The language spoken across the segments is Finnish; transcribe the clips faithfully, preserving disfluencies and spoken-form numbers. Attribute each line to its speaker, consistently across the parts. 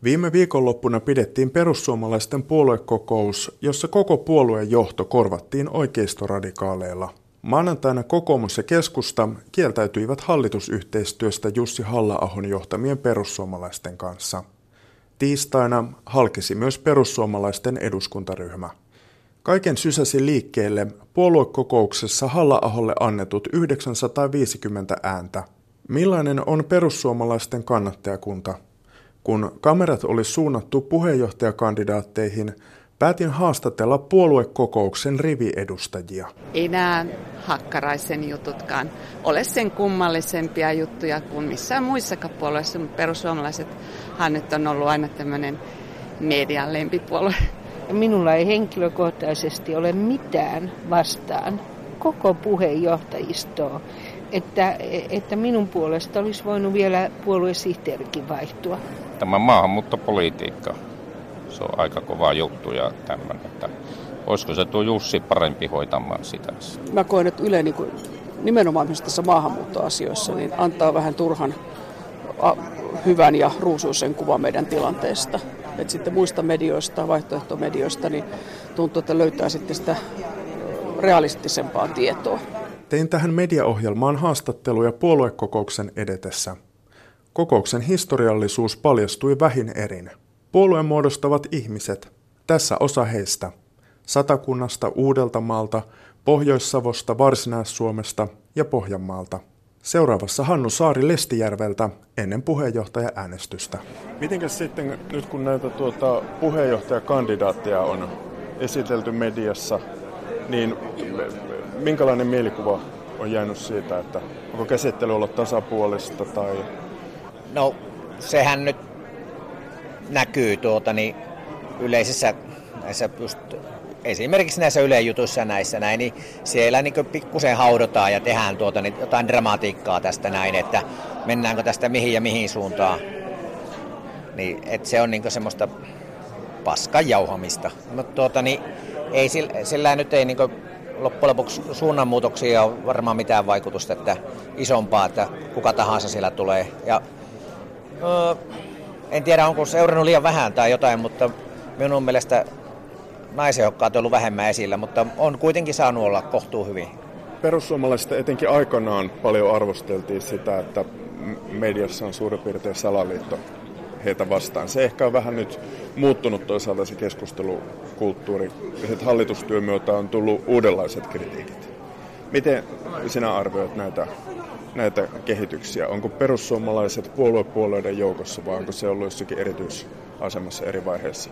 Speaker 1: Viime viikonloppuna pidettiin perussuomalaisten puoluekokous, jossa koko puolueen johto korvattiin oikeistoradikaaleilla. Maanantaina kokoomus ja keskusta kieltäytyivät hallitusyhteistyöstä Jussi Halla-ahon johtamien perussuomalaisten kanssa. Tiistaina halkesi myös perussuomalaisten eduskuntaryhmä. Kaiken sysäsi liikkeelle puoluekokouksessa Halla-aholle annetut yhdeksänsataaviisikymmentä ääntä. Millainen on perussuomalaisten kannattajakunta? Kun kamerat oli suunnattu puheenjohtajakandidaatteihin, päätin haastatella puoluekokouksen riviedustajia.
Speaker 2: Ei nämä Hakkaraisen jututkaan ole sen kummallisempia juttuja kuin missään muissakaan puolueissa, mutta perussuomalaisethan nyt on ollut aina tämmöinen median lempipuolue.
Speaker 3: Minulla ei henkilökohtaisesti ole mitään vastaan koko puheenjohtajistoa, että, että minun puolesta olisi voinut vielä puoluesihteerikin vaihtua.
Speaker 4: Tämä maahanmuuttopolitiikka, se on aika kova juttu ja tämmöinen, että olisiko se tuo Jussi parempi hoitamaan sitä?
Speaker 5: Mä koen, että Yle niin kuin, nimenomaan myös tässä maahanmuuttoasioissa niin antaa vähän turhan a, hyvän ja ruusuisen kuvan meidän tilanteesta. Et sitten muista medioista, vaihtoehtomedioista, niin tuntuu, että löytää sitten sitä realistisempaa tietoa.
Speaker 1: Tein tähän mediaohjelmaan haastatteluja puoluekokouksen edetessä. Kokouksen historiallisuus paljastui vähin erin. Puolueen muodostavat ihmiset, tässä osa heistä. Satakunnasta, Uudeltamaalta, Pohjois-Savosta, Varsinais-Suomesta ja Pohjanmaalta. Seuraavassa Hannu Saari Lestijärveltä ennen puheenjohtajaäänestystä. Mitenkäs sitten nyt kun näitä tuota, puheenjohtajakandidaatteja on esitelty mediassa, niin minkälainen mielikuva on jäänyt siitä, että onko käsittely ollut tasapuolista tai...
Speaker 6: No sehän nyt näkyy tuota, niin yleisissä näissä just, esimerkiksi näissä Yle-jutuissa ja näissä näin, niin siellä niin pikkusen haudotaan ja tehdään tuota, niin jotain dramatiikkaa tästä näin, että mennäänkö tästä mihin ja mihin suuntaan. Niin, että se on niin semmoista paskan jauhamista. Mutta tuota, niin, ei sillä, sillä nyt ei niin loppujen lopuksi suunnanmuutoksia ole varmaan mitään vaikutusta, että isompaa, että kuka tahansa siellä tulee. Ja, öö, en tiedä, onko seurannut liian vähän tai jotain, mutta minun mielestä naisehdokkaat on ollut vähemmän esillä, mutta on kuitenkin saanut olla kohtuu hyvin.
Speaker 1: Perussuomalaisista etenkin aikanaan paljon arvosteltiin sitä, että mediassa on suurin piirtein salaliitto heitä vastaan. Se ehkä on vähän nyt muuttunut toisaalta se keskustelukulttuuri. Ja hallitustyön myötä on tullut uudenlaiset kritiikit. Miten sinä arvioit näitä, näitä kehityksiä? Onko perussuomalaiset puoluepuolueiden joukossa vai onko se ollut jossakin erityisasemassa eri vaiheissa?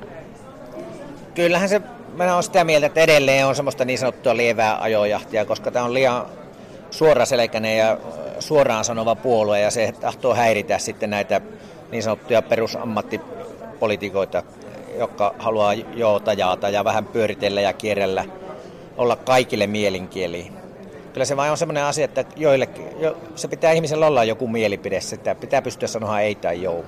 Speaker 6: Kyllähän se, mä olen sitä mieltä, että edelleen on semmoista niin sanottua lievää ajojahtia, koska tämä on liian suoraselkäinen ja suoraan sanova puolue ja se tahtoo häiritä sitten näitä niin sanottuja perusammattipolitikoita, jotka haluaa joota jaata ja vähän pyöritellä ja kierrellä, olla kaikille mielinkieliin. Kyllä se vain on semmoinen asia, että joillekin, jo, se pitää ihmisellä olla joku mielipide, sitä pitää pystyä sanomaan ei tai joo.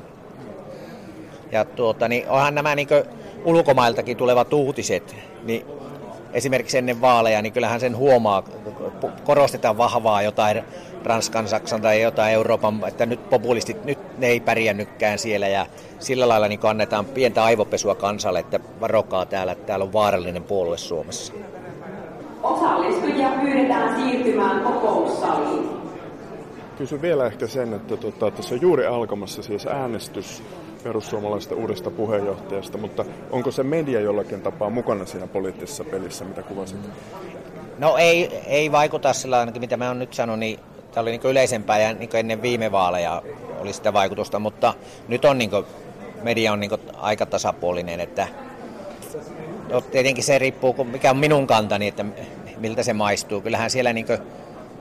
Speaker 6: Ja tuota, niin onhan nämä niin ulkomailtakin tulevat uutiset, niin esimerkiksi ennen vaaleja, niin kyllähän sen huomaa, korostetaan vahvaa jotain Ranskan, Saksan tai jotain Euroopan, että nyt populistit, nyt ne ei pärjännytkään siellä ja sillä lailla niin annetaan pientä aivopesua kansalle, että varokaa täällä, että täällä on vaarallinen puolue Suomessa.
Speaker 7: Osallistujia pyydetään siirtymään kokoussaliin.
Speaker 1: Kysyn vielä ehkä sen, että tuota, tässä on juuri alkamassa siis äänestys perussuomalaisten uudesta puheenjohtajasta, mutta onko se media jollakin tapaa mukana siinä poliittisessa pelissä, mitä kuvasit?
Speaker 6: No ei, ei vaikuta sillä ainakin, mitä mä oon nyt sanonut, niin tämä oli niin yleisempää ja niin ennen viime vaaleja oli sitä vaikutusta, mutta nyt on niin kuin, media on niin kuin aika tasapuolinen, että no, tietenkin se riippuu, mikä on minun kantani, että miltä se maistuu. Kyllähän siellä niin kuin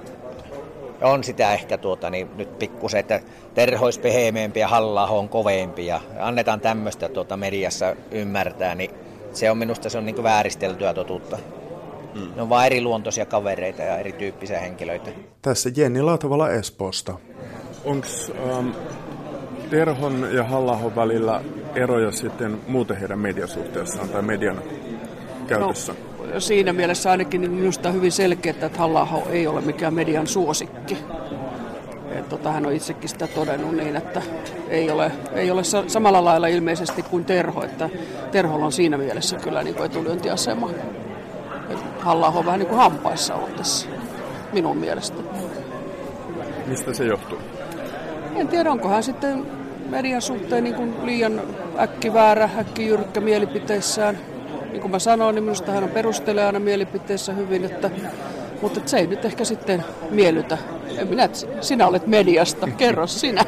Speaker 6: on sitä ehkä tuota, niin nyt pikkusen, että Terho olisi pehmeämpi ja Halla-aho on kovempi ja annetaan tämmöistä tuota mediassa ymmärtää, niin se on minusta se on niin kuin vääristeltyä totuutta. Hmm. Ne on vaan eriluontoisia kavereita ja erityyppisiä henkilöitä.
Speaker 1: Tässä Jenni Laatavala Espoosta. Onko ähm, Terhon ja Halla-ahon välillä eroja sitten muuten heidän mediasuhteessaan tai median käytössä?
Speaker 5: No, siinä mielessä ainakin minusta on hyvin selkeää, että Halla-aho ei ole mikään median suosikki. Et tota, hän on itsekin sitä todennut niin, että ei ole, ei ole samalla lailla ilmeisesti kuin Terho, että Terholla on siinä mielessä kyllä niin kuin etulyöntiasema. Halla-aho on vähän niin kuin hampaissa ollut tässä, minun mielestä.
Speaker 1: Mistä se johtuu?
Speaker 5: En tiedä, onko hän sitten median suhteen niin kuin liian äkkiväärä, äkkijyrkkä mielipiteissään. Niin kuin mä sanoin, niin minusta hän on perustelee aina mielipiteessä hyvin, että, mutta se ei nyt ehkä sitten miellytä. En minä, sinä olet mediasta, kerro sinä.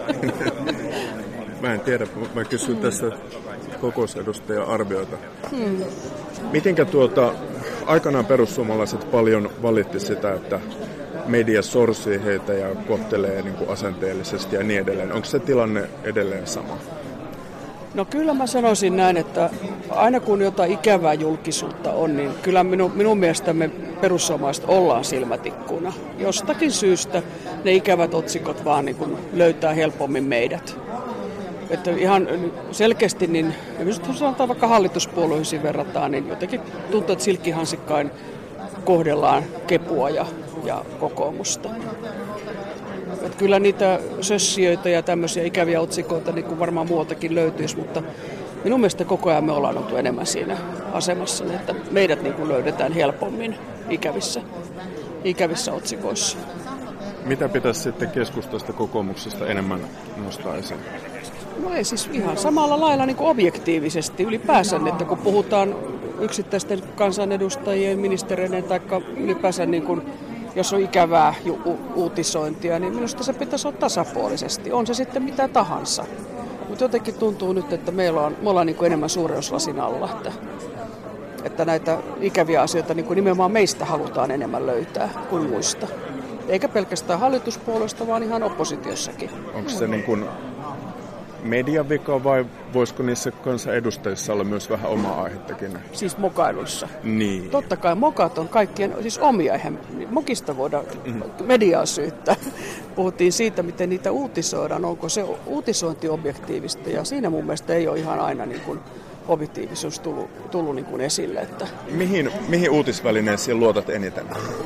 Speaker 1: Mä en tiedä, mä kysyn hmm. tässä kokousedustajan arvioita. Hmm. Mitenkä tuota, aikanaan perussuomalaiset paljon valitti sitä, että media sorsii heitä ja kohtelee niin kuin asenteellisesti ja niin edelleen. Onko se tilanne edelleen sama?
Speaker 5: No kyllä mä sanoisin näin, että aina kun jotain ikävää julkisuutta on, niin kyllä minun, minun mielestä me perussuomalaiset ollaan silmätikkuna. Jostakin syystä ne ikävät otsikot vaan niin kuin löytää helpommin meidät. Että ihan selkeästi, niin jos sanotaan vaikka hallituspuolueisiin verrataan, niin jotenkin tuntuu, että silkkihansikkain kohdellaan Kepua ja, ja kokoomusta. Että kyllä niitä sössijöitä ja tämmöisiä ikäviä otsikoita niin kuin varmaan muualtakin löytyisi, mutta minun mielestä koko ajan me ollaan oltu enemmän siinä asemassa, että meidät niin kuin löydetään helpommin ikävissä, ikävissä otsikoissa.
Speaker 1: Mitä pitäisi sitten keskustasta kokoomuksesta enemmän nostaa esiin?
Speaker 5: No ei siis ihan samalla lailla niin kuin objektiivisesti ylipäänsä, että kun puhutaan yksittäisten kansanedustajien, ministereiden tai ylipäänsä niin kuin, jos on ikävää ju- uutisointia, niin minusta se pitäisi olla tasapuolisesti. On se sitten mitä tahansa. Mutta jotenkin tuntuu nyt, että meillä on, me ollaan niin kuin enemmän suureuslasin alla, että, että näitä ikäviä asioita niin kuin nimenomaan meistä halutaan enemmän löytää kuin muista. Eikä pelkästään hallituspuolueesta, vaan ihan oppositiossakin.
Speaker 1: Onko se niin kuin median vika vai voisiko niissä kansanedustajissa olla myös vähän omaa aihettakin?
Speaker 5: Siis mokailuissa.
Speaker 1: Niin.
Speaker 5: Totta kai mokat on kaikkien, siis omia, eihän mokista voida mm. mediaa syyttää. Puhuttiin siitä, miten niitä uutisoidaan, onko se uutisointi objektiivista ja siinä mun mielestä ei ole ihan aina niin kuin objektiivisuus tullut, tullut niin kuin esille. Että
Speaker 1: mihin, mihin uutisvälineisiin luotat eniten?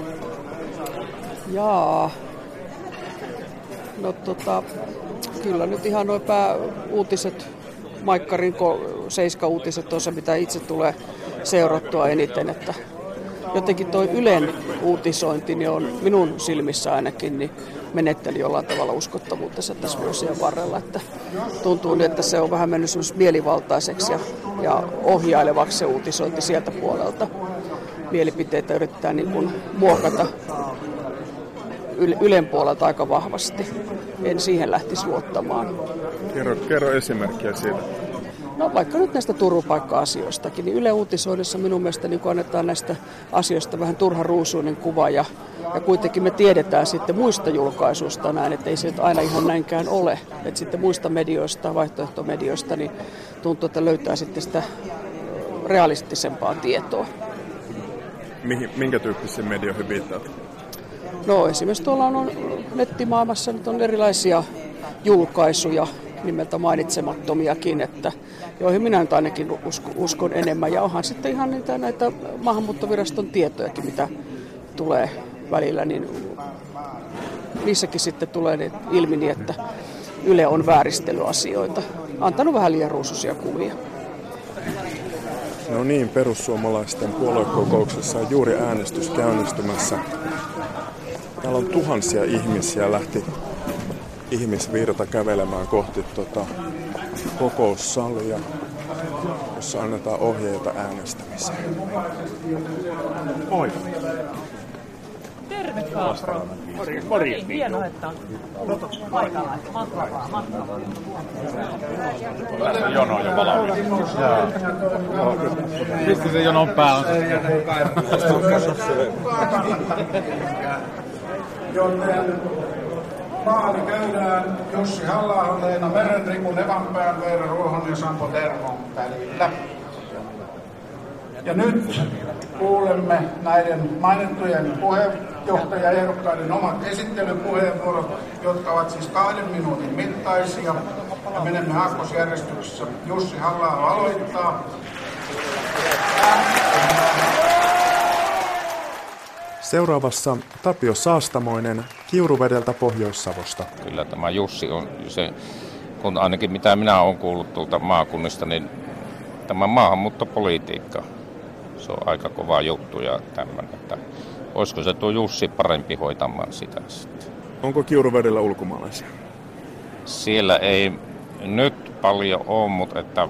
Speaker 5: Jaa, no tota, kyllä nyt ihan nuo pääuutiset, Maikkarin Seiska-uutiset on se, mitä itse tulee seurattua eniten, että jotenkin toi Ylen uutisointi niin on minun silmissä ainakin niin menetteli jollain tavalla uskottavuutensa tässä vuosien varrella, että tuntuu nyt, että se on vähän mennyt semmoisesti mielivaltaiseksi ja, ja ohjailevaksi se uutisointi sieltä puolelta. Mielipiteitä yritetään niin kuin muokata Ylen puolelta aika vahvasti. En siihen lähtisi luottamaan.
Speaker 1: Kerro, kerro esimerkkiä siitä.
Speaker 5: No vaikka nyt näistä turvapaikka-asioistakin, niin Yle Uutisoinnissa minun mielestä niin annetaan näistä asioista vähän turha ruusuinen kuva ja, ja kuitenkin me tiedetään sitten muista julkaisuista näin, että ei se nyt aina ihan näinkään ole. Että sitten muista medioista, vaihtoehtomedioista, niin tuntuu, että löytää sitten sitä realistisempaa tietoa.
Speaker 1: Mihin, minkä tyyppisiä medioihin viittaat?
Speaker 5: No esimerkiksi tuolla on nettimaailmassa nyt on erilaisia julkaisuja, nimeltä mainitsemattomiakin, että, joihin minä nyt ainakin uskon, uskon enemmän. Ja onhan sitten ihan niitä näitä maahanmuuttoviraston tietojakin, mitä tulee välillä, niin niissäkin sitten tulee ilmi niin, että Yle on vääristelyasioita. Antanut vähän liian ruusuisia kuvia.
Speaker 1: No niin, perussuomalaisten puoluekokouksessa on juuri äänestys käynnistymässä. Täällä on tuhansia ihmisiä, lähti ihmisvirta kävelemään kohti tota kokoussalia, jossa annetaan ohjeita äänestämiseen. Moi!
Speaker 8: Tervetuloa! Morjens! Hienoa, että on paikalla. Mahtavaa, mahtavaa.
Speaker 4: Tässä jono on jo valmiina. Mistä se jonon pää on?
Speaker 9: Joten vaali käydään Jussi Halla-ahon, Leena Merenrikun, Evanpään, Veera Ruohon ja Sampo Tervon välillä. Ja nyt kuulemme näiden mainittujen puheenjohtajaehdokkaiden omat esittelypuheenvuorot, jotka ovat siis kahden minuutin mittaisia. Ja menemme aakkosjärjestyksessä. Jussi Halla-aho aloittaa.
Speaker 1: Seuraavassa Tapio Saastamoinen Kiuruvedeltä Pohjois-Savosta.
Speaker 4: Kyllä tämä Jussi on se, kun ainakin mitä minä olen kuullut tuolta maakunnista, niin tämä maahanmuuttopolitiikka, se on aika kova juttu ja tämmöinen, että olisiko se tuo Jussi parempi hoitamaan sitä sitten.
Speaker 1: Onko Kiuruvedellä ulkomaalaisia?
Speaker 4: Siellä ei nyt paljon ole, mutta että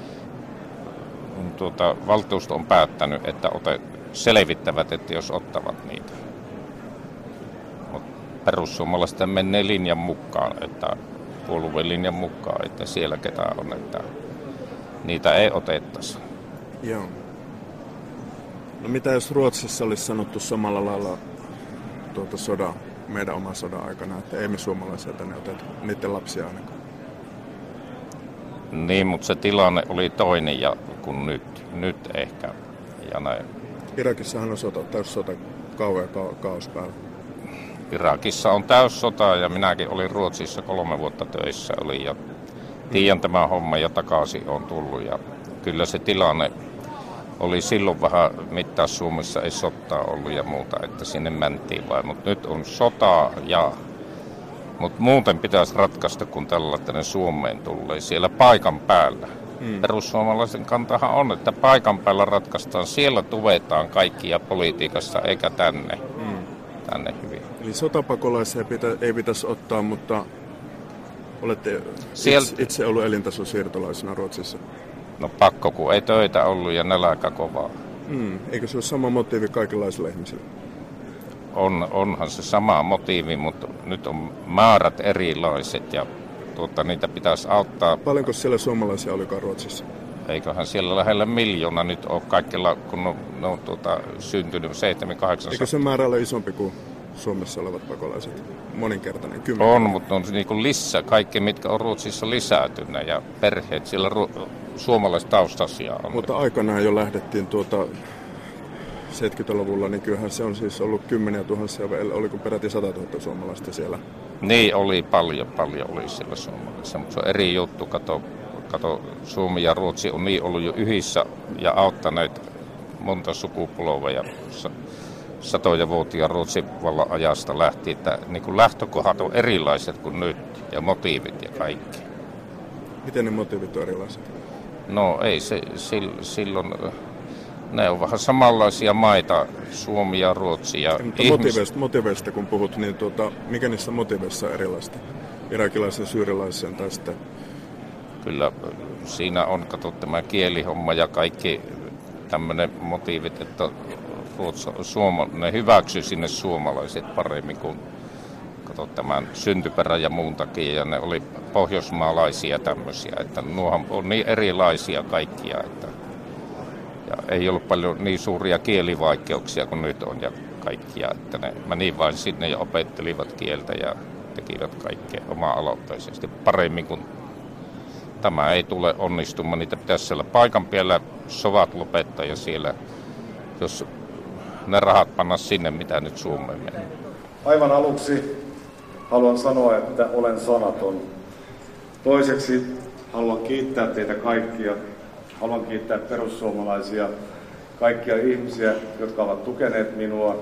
Speaker 4: tuota, valtuusto on päättänyt, että ote, selvittävät, että jos ottavat niitä. Mut perussuomalaiset menee linjan mukaan, että puolueen linjan mukaan, että siellä ketään on, että niitä ei otettaisi.
Speaker 1: Joo. No mitä jos Ruotsissa olisi sanottu samalla lailla tuota sodan, meidän oman sodan aikana, että ei me suomalaisia tänne oteta, niiden lapsia ainakaan?
Speaker 4: Niin, mutta se tilanne oli toinen ja kuin nyt. Nyt ehkä. Ja näin.
Speaker 1: Irakissahan on sota, täyssota, kauhea ka- kaos päällä.
Speaker 4: Irakissa on täyssota ja minäkin olin Ruotsissa kolme vuotta töissä. Oli ja tiedän tämä homma ja takaisin on tullut. Ja kyllä se tilanne oli silloin vähän, mitään Suomessa ei sotaa ollut ja muuta, että sinne mentiin vain. Mutta nyt on sota ja... Mutta muuten pitäisi ratkaista, kun tällainen Suomeen tulee siellä paikan päällä. Mm. Perussuomalaisen kantahan on, että paikan päällä ratkaistaan. Siellä tuetaan kaikkia politiikassa, eikä tänne, mm. tänne hyvin.
Speaker 1: Eli sotapakolaisia pitä, ei pitäisi ottaa, mutta olette
Speaker 4: Siel...
Speaker 1: itse, itse ollut elintasosiirtolaisena Ruotsissa.
Speaker 4: No pakko, kun ei töitä ollut ja nälkä kovaa.
Speaker 1: Mm. Eikö se ole sama motiivi kaikenlaisille ihmisille?
Speaker 4: On, onhan se sama motiivi, mutta nyt on määrät erilaiset ja tuota, niitä pitäisi auttaa.
Speaker 1: Paljonko siellä suomalaisia olikaan Ruotsissa?
Speaker 4: Eiköhän siellä lähellä miljoona nyt ole kaikilla, kun on, ne on tuota, syntynyt seitsemän kahdeksan.
Speaker 1: Eikö se määrä ole isompi kuin Suomessa olevat pakolaiset? Moninkertainen, kymmenen.
Speaker 4: On, mutta on niin kuin lisää. Kaikki, mitkä on Ruotsissa lisääntyneet ja perheet, siellä ru- suomalaistaustaisia on.
Speaker 1: Mutta aikanaan jo lähdettiin tuota... seitsemänkymmentäluvulla, niin kyllähän se on siis ollut kymmeniä tuhansia, oliko peräti sata tuhatta suomalaista siellä?
Speaker 4: Niin, oli paljon, paljon oli siellä suomalaisia, mutta se on eri juttu. Kato, kato, Suomi ja Ruotsi on niin ollut jo yhdessä ja auttaneet monta sukupolvea. Satoja vuotia Ruotsin vallan ajasta lähti, että niin kuin lähtökohdat on erilaiset kuin nyt ja motiivit ja kaikki.
Speaker 1: Miten ne motiivit on erilaiset?
Speaker 4: No ei se silloin... Ne on vähän samanlaisia maita, Suomi ja Ruotsi. Ja
Speaker 1: mutta
Speaker 4: ihmis...
Speaker 1: motiveista, motiveista kun puhut, niin tuota, mikä niissä motiveissa on erilaista? Irakilaisen, syyrialaisen tai sitten?
Speaker 4: Kyllä siinä on, kato, tämä kielihomma ja kaikki tämmöinen motiivit, että Ruotsa, Suoma, ne hyväksy sinne suomalaiset paremmin kuin kato, tämän syntyperän ja muun takia. Ja ne oli pohjoismaalaisia tämmöisiä, että nuohan on niin erilaisia kaikkia, että ja ei ollut paljon niin suuria kielivaikeuksia kuin nyt on ja kaikkia, että ne meni vain sinne ja opettelivat kieltä ja tekivät kaikkea oma-aloitteisesti paremmin kuin tämä ei tule onnistumaan. Niitä pitäisi siellä paikan päällä sovat lopettaa ja siellä, jos ne rahat panna sinne, mitä nyt Suomeen menee.
Speaker 10: Aivan aluksi haluan sanoa, että olen sanaton. Toiseksi haluan kiittää teitä kaikkia. Haluan kiittää perussuomalaisia, kaikkia ihmisiä, jotka ovat tukeneet minua,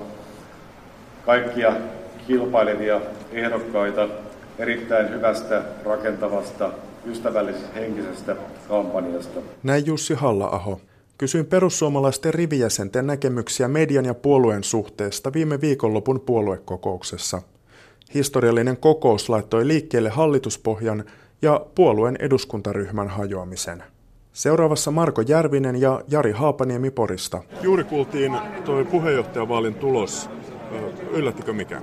Speaker 10: kaikkia kilpailevia ehdokkaita erittäin hyvästä, rakentavasta, ystävällishenkisestä kampanjasta.
Speaker 1: Näin Jussi Halla-aho. Kysyin perussuomalaisten rivijäsenten näkemyksiä median ja puolueen suhteesta viime viikonlopun puoluekokouksessa. Historiallinen kokous laittoi liikkeelle hallituspohjan ja puolueen eduskuntaryhmän hajoamisen. Seuraavassa Marko Järvinen ja Jari Haapaniemi Porista. Juuri kuultiin tuo puheenjohtajavaalin tulos. Yllättikö mikään?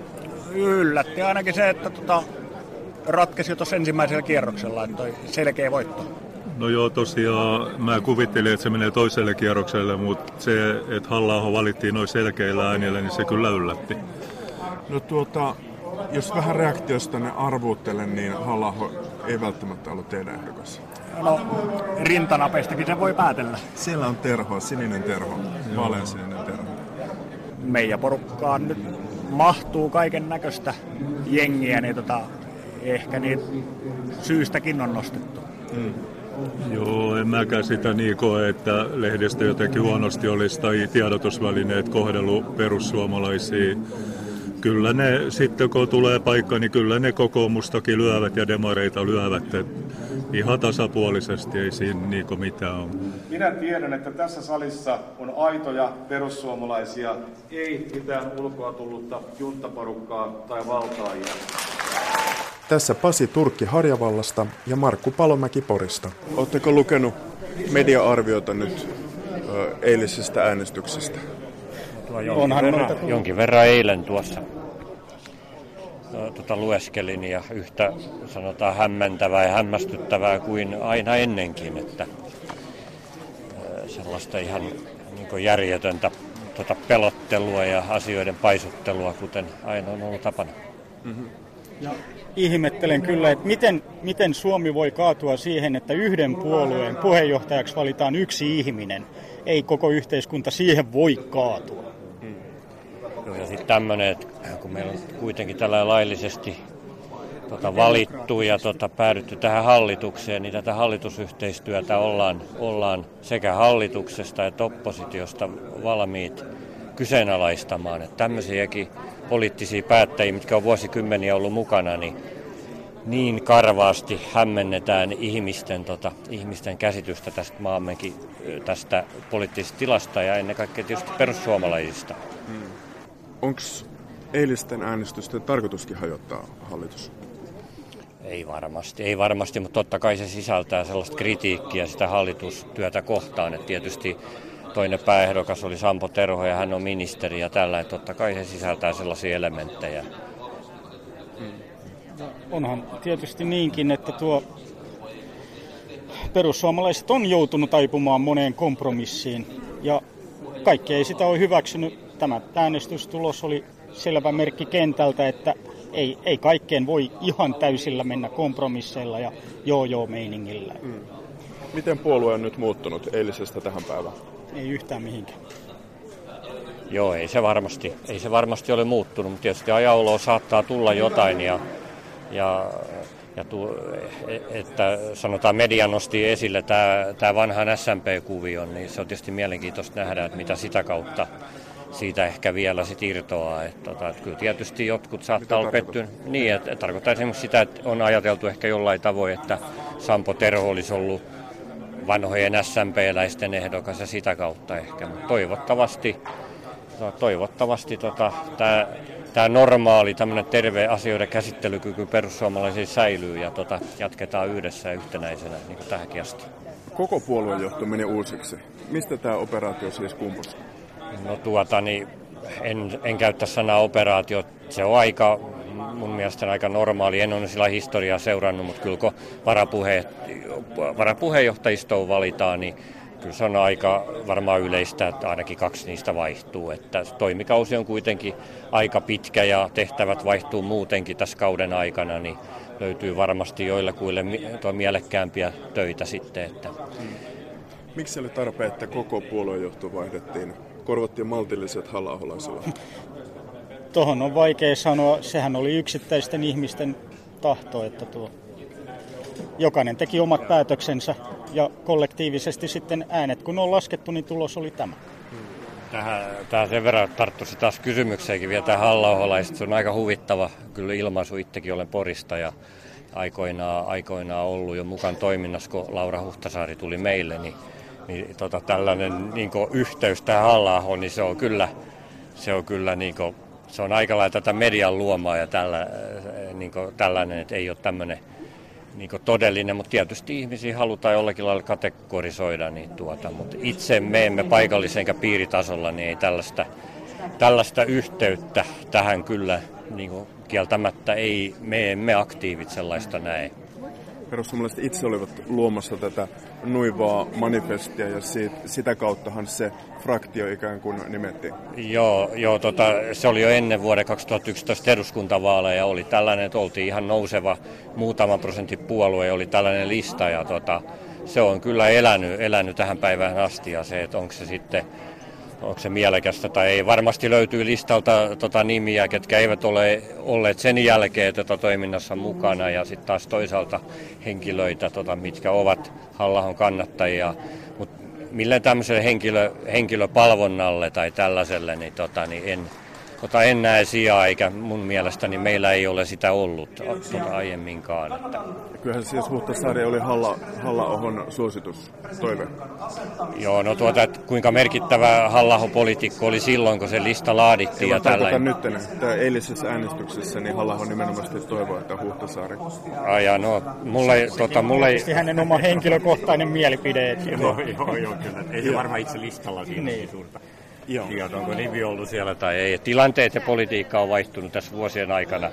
Speaker 8: Yllätti ainakin se, että tota, ratkesi tuossa ensimmäisellä kierroksella, että toi selkeä voitto.
Speaker 11: No joo, tosiaan mä kuvittelin, että se menee toiselle kierrokselle, mutta se, että Halla-aho valittiin noin selkeillä äänillä, niin se kyllä yllätti.
Speaker 1: No tuota, jos vähän reaktiosta ne arvuuttelen, niin Halla-aho ei välttämättä ollut teidän ehdokas.
Speaker 8: No, rintanapeistakin se voi päätellä.
Speaker 1: Siellä on terho, sininen terho, vaaleansininen terho.
Speaker 8: Meidän porukkaan nyt mahtuu kaiken näköistä jengiä, niin tota, ehkä niitä syystäkin on nostettu.
Speaker 11: Mm. Joo, en mäkään sitä niin koe, että lehdistö jotenkin huonosti olisi tai tiedotusvälineet kohdellut perussuomalaisia. Kyllä ne, sitten kun tulee paikka, niin kyllä ne kokoomustakin lyövät ja demareita lyövät. Et ihan tasapuolisesti ei siinä niinku mitään ole.
Speaker 10: Minä tiedän, että tässä salissa on aitoja perussuomalaisia, ei mitään ulkoa tullutta junttaporukkaa tai valtaajia.
Speaker 1: Tässä Pasi Turkki Harjavallasta ja Markku Palomäki Porista. Oletteko lukenut media-arviota nyt ö, eilisestä äänestyksestä?
Speaker 12: Jonkin verran, jonkin verran eilen tuossa tuota, lueskelin ja yhtä sanotaan hämmentävää ja hämmästyttävää kuin aina ennenkin, että sellaista ihan niin kuin järjetöntä tuota, pelottelua ja asioiden paisuttelua, kuten aina on ollut tapana.
Speaker 8: Mm-hmm. Ja ihmettelen kyllä, että miten, miten Suomi voi kaatua siihen, että yhden puolueen puheenjohtajaksi valitaan yksi ihminen. Ei koko yhteiskunta siihen voi kaatua.
Speaker 12: Hmm. Joo, ja sitten tämmöinen, että kun meillä on kuitenkin tällä laillisesti tota, valittu ja tota, päädytty tähän hallitukseen, niin tätä hallitusyhteistyötä ollaan, ollaan sekä hallituksesta että oppositiosta valmiit kyseenalaistamaan. Että tämmöisiäkin poliittisia päättäjiä, mitkä on vuosikymmeniä ollut mukana, niin niin karvaasti hämmennetään ihmisten, tota, ihmisten käsitystä tästä maammekin tästä poliittisesta tilasta ja ennen kaikkea tietysti perussuomalaisista.
Speaker 1: Hmm. Onko eilisten äänestysten tarkoituskin hajottaa hallitus?
Speaker 12: Ei varmasti, ei varmasti, mutta totta kai se sisältää sellaista kritiikkiä sitä hallitustyötä kohtaan, että tietysti toinen pääehdokas oli Sampo Terho ja hän on ministeri ja tällä, että totta kai se sisältää sellaisia elementtejä.
Speaker 8: Onhan tietysti niinkin, että tuo perussuomalaiset on joutunut taipumaan moneen kompromissiin ja kaikki ei sitä ole hyväksynyt. Tämä äänestystulos oli selvä merkki kentältä, että ei, ei kaikkeen voi ihan täysillä mennä kompromisseilla ja joo-joo-meiningillä. Mm.
Speaker 1: Miten puolue on nyt muuttunut eilisestä tähän päivään?
Speaker 8: Ei yhtään mihinkään.
Speaker 12: Joo, ei se varmasti, ei se varmasti ole muuttunut, mutta tietysti ajanoloa saattaa tulla jotain ja, ja, ja tu, että sanotaan media nosti esille tämä, tämä vanhan S M P-kuvion, niin se on tietysti mielenkiintoista nähdä, että mitä sitä kautta siitä ehkä vielä sit irtoaa. Että, tota, että kyllä tietysti jotkut saattaa olla pettynyt. Niin, että, että tarkoittaa esimerkiksi sitä, että on ajateltu ehkä jollain tavoin, että Sampo Terho olisi ollut vanhojen S M P-läisten ehdokas ja sitä kautta ehkä. Mutta toivottavasti, toivottavasti tota, tämä tämä normaali tämmöinen terve asioiden käsittelykyky perussuomalaisilla säilyy ja tota, jatketaan yhdessä ja yhtenäisenä niin kuin tähänkin asti.
Speaker 1: Koko puoluejohto meni uusiksi. Mistä tämä operaatio siis kumpusi?
Speaker 12: No tuota, niin en, en käyttä sanaa operaatio. Se on aika, mun mielestä aika normaali. En ole sillä historiaa seurannut, mutta kyllä kun varapuhe, varapuheenjohtajistoon valitaan, niin kyllä se on aika varmaan yleistä, että ainakin kaksi niistä vaihtuu. Että toimikausi on kuitenkin aika pitkä ja tehtävät vaihtuu muutenkin tässä kauden aikana, niin löytyy varmasti joillekuille mielekkäämpiä töitä sitten. Että.
Speaker 1: Miksi oli tarpeen, että koko puoluejohto vaihdettiin? Korvattiin maltilliset halla-aholaisilla?
Speaker 8: Tuohon on vaikea sanoa. Sehän oli yksittäisten ihmisten tahto, että tuo jokainen teki omat päätöksensä ja kollektiivisesti sitten äänet, kun on laskettu, niin tulos oli tämä.
Speaker 12: Tähän, tähän sen verran tarttuisi taas kysymykseenkin vielä tähän halla-aholaisista. Se on aika huvittava kyllä ilmaisu. Itsekin olen Porista ja aikoinaan, aikoinaan ollut jo mukaan toiminnassa, kun Laura Huhtasaari tuli meille, niin Niin, tota, tällainen niin kuin, yhteys tähän Halla-ahoon, niin se on kyllä, se on kyllä niin kuin, se on aika lailla tätä median luomaa ja tällä, niin kuin, tällainen, että ei ole tämmöinen niin kuin, todellinen, mutta tietysti ihmisiä halutaan jollakin lailla kategorisoida, niin tuota, mutta itse me emme paikallisen eikä piiritasolla, niin ei tällaista, tällaista yhteyttä tähän kyllä niin kuin, kieltämättä ei, me emme aktiivit sellaista näe.
Speaker 1: Perussuomalaiset itse olivat luomassa tätä nuivaa manifestia ja siitä, sitä kauttahan se fraktio ikään kuin nimettiin.
Speaker 12: Joo, joo tota, se oli jo ennen vuoden kaksituhattayksitoista eduskuntavaaleja. Oli tällainen, että oltiin ihan nouseva muutaman prosentin puolue ja oli tällainen lista. Ja tota, se on kyllä elänyt, elänyt tähän päivään asti ja se, että onko se sitten onko se mielekästä tai ei. Varmasti löytyy listalta tota, nimiä, ketkä eivät ole olleet sen jälkeen tota, toiminnassa mukana ja sitten taas toisaalta henkilöitä, tota, mitkä ovat Halla-ahon kannattajia. Mut millään tämmöiselle henkilö, henkilöpalvonnalle tai tällaiselle niin, tota, niin en, tota, en näe sijaa, eikä mun mielestäni meillä ei ole sitä ollut tota, aiemminkaan. Että.
Speaker 1: Kyllähän siis Huhtasaari oli Halla, Halla-ahon suositus toive.
Speaker 12: Joo, no tuota, että kuinka merkittävä Halla-ahon poliitikko oli silloin, kun se lista laadittiin. Ja tällainen.
Speaker 1: Nyt tämä eilisessä äänestyksessä niin Halla-aho nimenomaisesti toivoo, että Huhtasaari.
Speaker 12: Ai ja no, mulle, tota, mulle...
Speaker 8: Tietysti hänen oma henkilökohtainen mielipide.
Speaker 12: joo, joo, joo, kyllä. Ei se varmaan itse listalla siinä niin suurta. Tiedä, onko nimi ollut siellä tai ei. Tilanteet ja politiikka on vaihtunut tässä vuosien aikana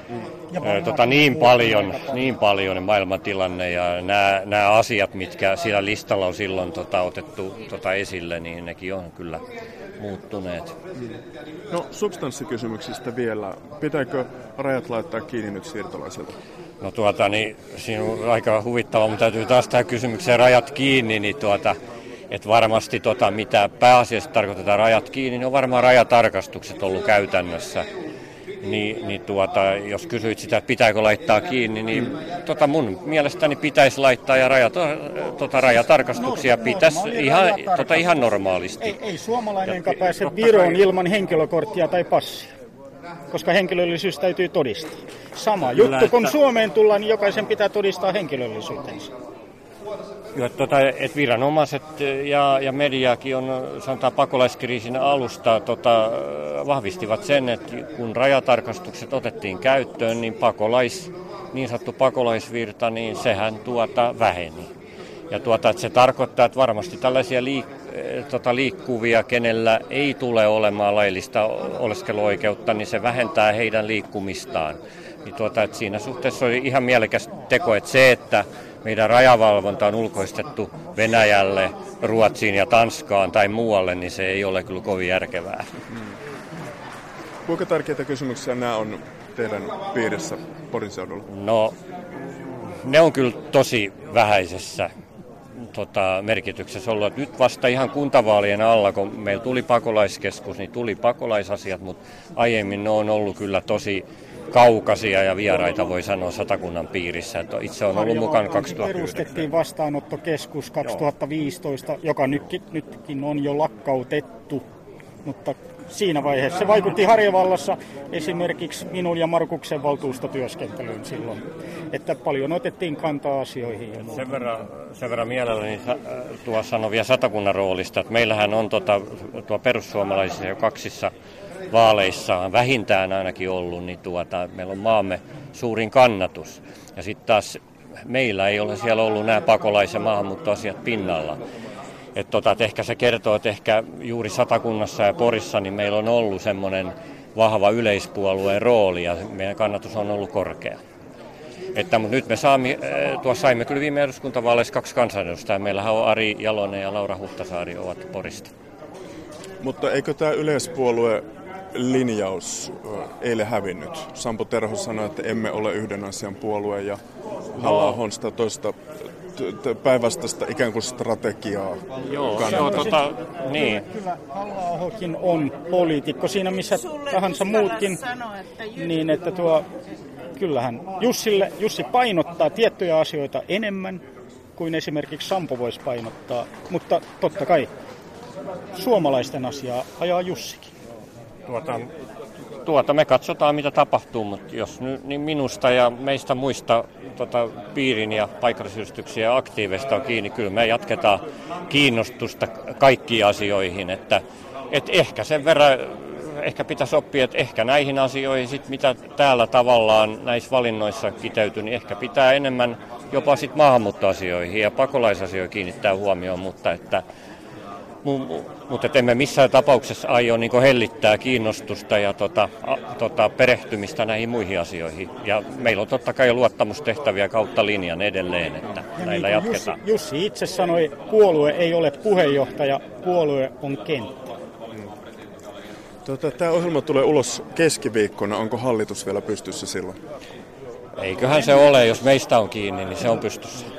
Speaker 12: mm. tota, niin paljon, niin paljon maailmantilanne ja nämä, nämä asiat, mitkä siellä listalla on silloin tota, otettu tota, esille, niin nekin on kyllä muuttuneet.
Speaker 1: No substanssikysymyksistä vielä. Pitääkö rajat laittaa kiinni nyt siirtolaisilta?
Speaker 12: No tuota, niin siinä on aika huvittavaa, mutta täytyy taas tähän kysymykseen rajat kiinni, niin tuota, että varmasti tota, mitä pääasiassa tarkoitetaan rajat kiinni, niin on varmaan rajatarkastukset ollut käytännössä. Niin, niin tuota, jos kysyit sitä, että pitääkö laittaa kiinni, niin tota mun mielestäni pitäisi laittaa ja rajat, tota, rajatarkastuksia pitäisi ihan, tota, ihan normaalisti.
Speaker 8: Ei, ei suomalainenkaan pääse Viroon ilman henkilökorttia tai passia, koska henkilöllisyys täytyy todistaa. Sama Kyllä, juttu, kun että... Suomeen tullaan, niin jokaisen pitää todistaa henkilöllisyytensä.
Speaker 12: Joo, tota, et viranomaiset ja, ja mediakin on, sanotaan pakolaiskriisin alusta, tota, vahvistivat sen, että kun rajatarkastukset otettiin käyttöön, niin pakolais, niin sanottu pakolaisvirta, niin sehän tuota väheni. Ja tuota, että se tarkoittaa, että varmasti tällaisia liik- tota, liikkuvia, kenellä ei tule olemaan laillista oleskeluoikeutta, niin se vähentää heidän liikkumistaan. Niin tuota, että siinä suhteessa oli ihan mielekäs teko, että se, että meidän rajavalvonta on ulkoistettu Venäjälle, Ruotsiin ja Tanskaan tai muualle, niin se ei ole kyllä kovin järkevää. Hmm.
Speaker 1: Kuinka tärkeitä kysymyksiä nämä on teidän piirissä Porin seudulla?
Speaker 12: No, ne on kyllä tosi vähäisessä tota, merkityksessä ollut. Nyt vasta ihan kuntavaalien alla, kun meillä tuli pakolaiskeskus, niin tuli pakolaisasiat, mutta aiemmin ne on ollut kyllä tosi kaukaisia ja vieraita, voi sanoa, Satakunnan piirissä. Että itse on ollut mukana kaksituhattayhdeksän.
Speaker 8: Perustettiin vastaanottokeskus kaksituhattaviisitoista, Joo. joka nytkin, nytkin on jo lakkautettu, mutta siinä vaiheessa se vaikutti Harjavallassa esimerkiksi minun ja Markuksen valtuustotyöskentelyyn silloin, että paljon otettiin kantaa asioihin. Ja
Speaker 12: sen verran, sen verran mielelläni tuo sanon vielä Satakunnan roolista, että meillähän on tuota, tuo perussuomalaisissa jo kaksissa vaaleissa vähintään ainakin ollut, niin tuota, meillä on maamme suurin kannatus. Ja sitten taas meillä ei ole siellä ollut nämä pakolais- ja maahanmuuttoasiat pinnalla. Et tota, et ehkä se kertoo, että ehkä juuri Satakunnassa ja Porissa niin meillä on ollut semmoinen vahva yleispuolueen rooli ja meidän kannatus on ollut korkea. Että, mutta nyt me saamme, tuossa saimme kyllä viime eduskuntavaaleissa kaksi kansanedustajaa. Meillähän on Ari Jalonen ja Laura Huhtasaari ovat Porista.
Speaker 1: Mutta eikö tämä yleispuolue linjaus eilen hävinnyt? Sampo Terho sanoi, että emme ole yhden asian puolue ja Halla-ahon sitä toista päinvastaista ikään kuin strategiaa.
Speaker 12: Joo, joo tota, niin.
Speaker 8: Kyllä Halla-ahokin on poliitikko siinä missä tahansa muutkin, niin että tuo, kyllähän Jussille, Jussi painottaa tiettyjä asioita enemmän kuin esimerkiksi Sampo voisi painottaa, mutta totta kai suomalaisten asiaa ajaa Jussikin.
Speaker 12: Tuota, tuota me katsotaan mitä tapahtuu, mutta jos nyt niin minusta ja meistä muista tota, piirin ja paikallisyhdistyksiä ja aktiiveista on kiinni, kyllä me jatketaan kiinnostusta kaikkiin asioihin, että et ehkä sen verran ehkä pitäisi oppia, että ehkä näihin asioihin, sit, mitä täällä tavallaan näissä valinnoissa kiteytyy, niin ehkä pitää enemmän jopa sit maahanmuuttoasioihin ja pakolaisasioihin kiinnittää huomioon, mutta että Mutta emme missään tapauksessa aio niin hellittää kiinnostusta ja tota, a, tota, perehtymistä näihin muihin asioihin. Ja meillä on totta kai luottamustehtäviä kautta linjan edelleen, että ja näillä niin jatketaan.
Speaker 8: Jussi, Jussi itse sanoi, puolue ei ole puheenjohtaja, puolue on kenttä.
Speaker 1: Mm. Tota, tämä ohjelma tulee ulos keskiviikkona. Onko hallitus vielä pystyssä silloin?
Speaker 12: Eiköhän se ole, jos meistä on kiinni, niin se on pystyssä.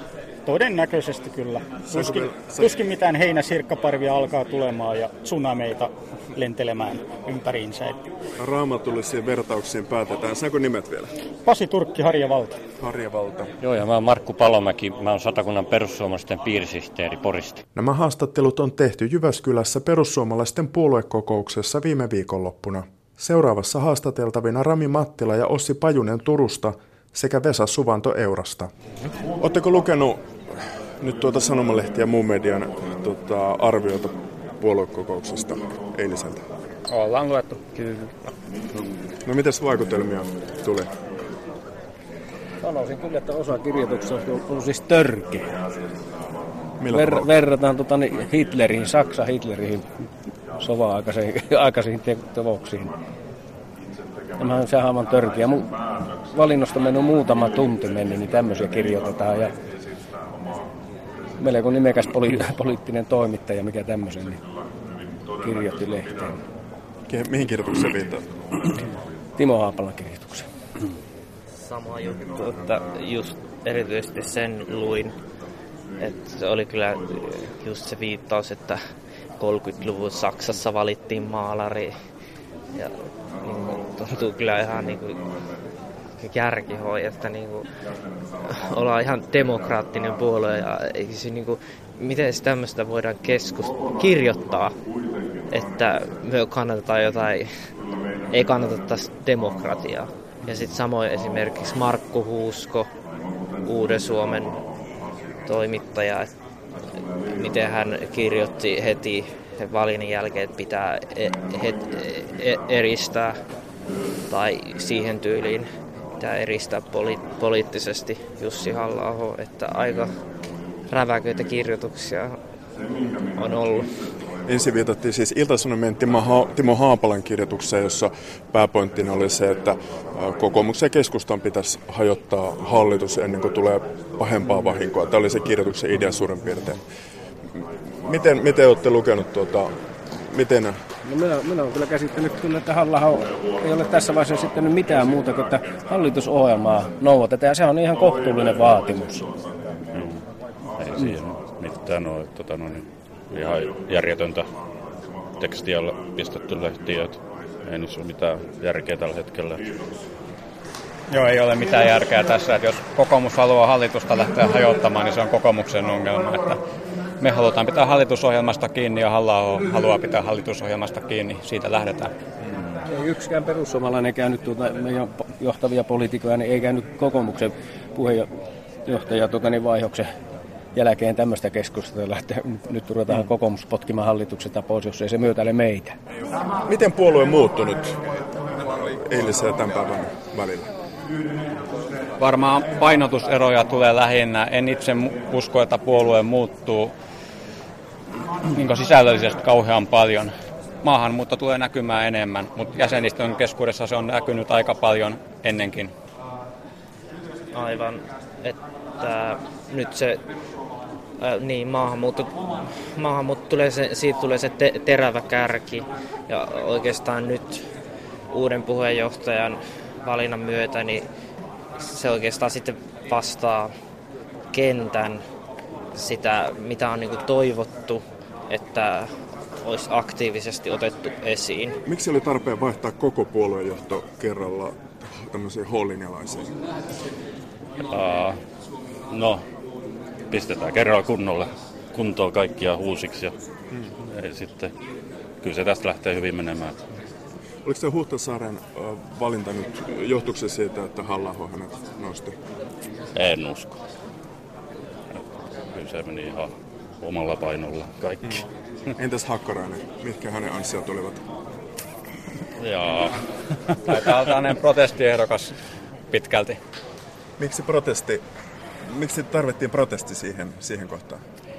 Speaker 8: Todennäköisesti kyllä. Tuskin, tuskin mitään heinäsirkkaparvia alkaa tulemaan ja tsunameita lentelemään ympäriinsä.
Speaker 1: Raamatullisiin vertauksiin päätetään. Saanko nimet vielä?
Speaker 8: Pasi Turkki, Harja Valta.
Speaker 1: Harja Valta.
Speaker 12: Joo, ja mä oon Markku Palomäki. Mä oon Satakunnan perussuomalaisten piirisihteeri Porista.
Speaker 1: Nämä haastattelut on tehty Jyväskylässä perussuomalaisten puoluekokouksessa viime viikonloppuna. Seuraavassa haastateltavina Rami Mattila ja Ossi Pajunen Turusta sekä Vesa Suvanto Eurasta. Oletteko lukenut nyt tuota sanomalehtiä ja muun median tota, arviota puoluekokouksesta eiliseltä?
Speaker 13: Ollaan luettu, kyllä.
Speaker 1: No mitäs vaikutelmia tuli?
Speaker 13: Sanoisin kyllä, että osa kirjoituksesta on ollut siis törkeä.
Speaker 1: Ver-
Speaker 13: verrataan tota, niin Hitleriin, Saksa Hitleriin sova-aikaisiin teoksiin. Tämähän se aivan törkeä. Valinnosta mennyt muutama tunti mennyt, niin tämmöisiä kirjoitetaan. Ja melko nimekäs poli- poliittinen toimittaja, mikä tämmöisen, niin kirjoitti lehteen.
Speaker 1: Mihin kirjoitukseen viittaa?
Speaker 13: Timo Haapalan kirjoitukseen.
Speaker 14: Sama juttu, että just erityisesti sen luin, että se oli kyllä just se viittaus, että kolmekymmentäluvun Saksassa valittiin maalari ja niin, tuntuu kyllä ihan niin kuin järkihoi, että niin kuin, ollaan ihan demokraattinen puolue ja se, niin kuin, miten tämmöistä voidaan keskus kirjoittaa, että me kannatetaan jotain, ei kannatettaisi demokratiaa. Ja sitten samoin esimerkiksi Markku Huusko, Uuden Suomen toimittaja, että miten hän kirjoitti heti valinnan jälkeen, että pitää eristää tai siihen tyyliin pitää eristää poli- poliittisesti Jussi Halla-aho, että aika räväköitä kirjoituksia on ollut.
Speaker 1: Ensin viitattiin siis Ilta-Sanomien Timo, ha- Timo Haapalan kirjoitukseen, jossa pääpointtina oli se, että kokoomuksen ja keskustan pitäisi hajottaa hallitus ennen kuin tulee pahempaa vahinkoa. Tämä oli se kirjoituksen idea suurin piirtein. Miten, miten olette lukenut tuota, miten...
Speaker 13: No minä, minä olen kyllä käsittänyt kyllä, että Halla-aho ei ole tässä vaiheessa esittänyt mitään muuta kuin, että hallitusohjelmaa noudatetaan, ja se on ihan kohtuullinen vaatimus.
Speaker 15: Hmm. Ei siihen mitään ole, tota, no, niin, ihan järjetöntä tekstiä pistetty lehtiä, että ei niissä ole mitään järkeä tällä hetkellä.
Speaker 16: Joo, ei ole mitään järkeä tässä, että jos kokoomus haluaa hallitusta lähteä hajottamaan, niin se on kokoomuksen ongelma, että me halutaan pitää hallitusohjelmasta kiinni ja Halla-aho haluaa pitää hallitusohjelmasta kiinni, siitä lähdetään.
Speaker 13: Ei yksikään perussuomalainen käynyt tuota, meidän johtavia poliitikoja, niin ei käynyt kokoomuksen puheenjohtaja tuota, niin vaihoksen jälkeen tämmöistä keskustelua, että nyt ruvetaan mm. kokoomus potkimaan hallituksesta pois, jos ei se myötäile meitä.
Speaker 1: Miten puolue on muuttunut eilisen ja tämän päivän välillä?
Speaker 16: Varmaan painotuseroja tulee lähinnä. En itse usko, että puolue muuttuu niin sisällöllisesti kauhean paljon. Maahanmuutto tulee näkymään enemmän, mutta jäsenistön keskuudessa se on näkynyt aika paljon ennenkin.
Speaker 14: Aivan, että nyt se äh, niin, maahanmuutto, maahanmuutto tulee se, siitä tulee se te, terävä kärki ja oikeastaan nyt uuden puheenjohtajan valinnan myötä niin se oikeastaan sitten vastaa kentän sitä, mitä on niinku toivottu, että olisi aktiivisesti otettu esiin.
Speaker 1: Miksi oli tarpeen vaihtaa koko puoluejohto kerralla tämmöisiin hollinialaisiin?
Speaker 15: Uh, no, pistetään kerralla kunnolle kuntoon kaikkia uusiksi ja hmm. sitten kyllä se tästä lähtee hyvin menemään.
Speaker 1: Oliko se Huhtasaaren valinta nyt, johtuiko se siitä, että Halla-aho hänet nosti?
Speaker 15: En usko. Kyllä se meni ihan omalla painolla kaikki.
Speaker 1: Mm. Entäs Hakkarainen? Mitkä hänen ansiot olivat?
Speaker 16: Jaa. Taitaa olla tämmöinen protestiehdokas pitkälti.
Speaker 1: Miksi protesti? Miksi tarvittiin protesti siihen, siihen kohtaan?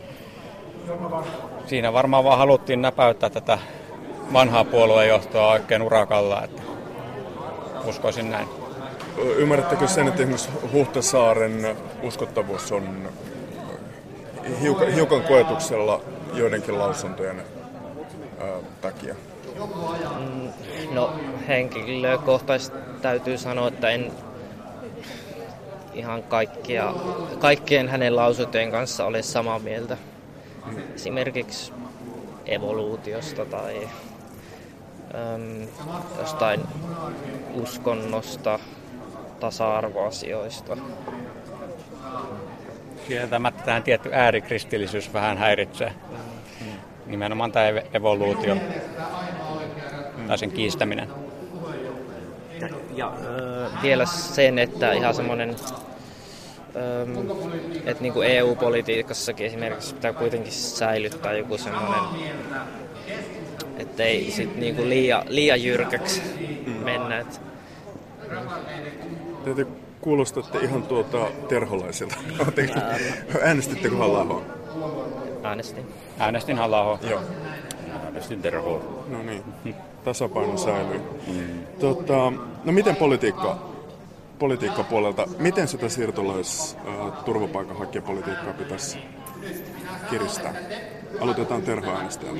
Speaker 16: Siinä varmaan vaan haluttiin näpäyttää tätä vanhaa puoluejohtoa oikein urakalla, että uskoisin näin.
Speaker 1: Ymmärrättekö sen, että esimerkiksi Huhtasaaren uskottavuus on hiukan, hiukan koetuksella joidenkin lausuntojen ää, takia?
Speaker 14: No henkilökohtaisesti täytyy sanoa, että en ihan kaikkia, kaikkien hänen lausuntojen kanssa ole samaa mieltä. Esimerkiksi evoluutiosta tai äm, jostain uskonnosta, tasa-arvoasioista.
Speaker 16: Kieltämättä tähän tietty äärikristillisyys vähän häiritsee. Nimenomaan tämä evoluutio mm. tai sen kiistäminen.
Speaker 14: Ja, ja öö, vielä sen, että ihan semmoinen, öö, että niinku E U-politiikassakin esimerkiksi pitää kuitenkin säilyttää joku semmoinen, ettei sit niinku liian, liian jyrkäksi mm. mennä. Et,
Speaker 1: mm. Te kuulostatte ihan tuolta terholaisilta. Äänestittekö Halla-ahoa?
Speaker 14: Äänestin.
Speaker 16: Äänestin Halla-ahoa.
Speaker 1: Joo.
Speaker 15: Äänestin Terhoa.
Speaker 1: No niin, tasapaino säilyy. Mm. Tota, no miten politiikka, politiikkapuolelta, miten sitä siirtolais- äh, turvapaikanhakijapolitiikkaa pitäisi kiristää? Aloitetaan Terho-äänestäjällä.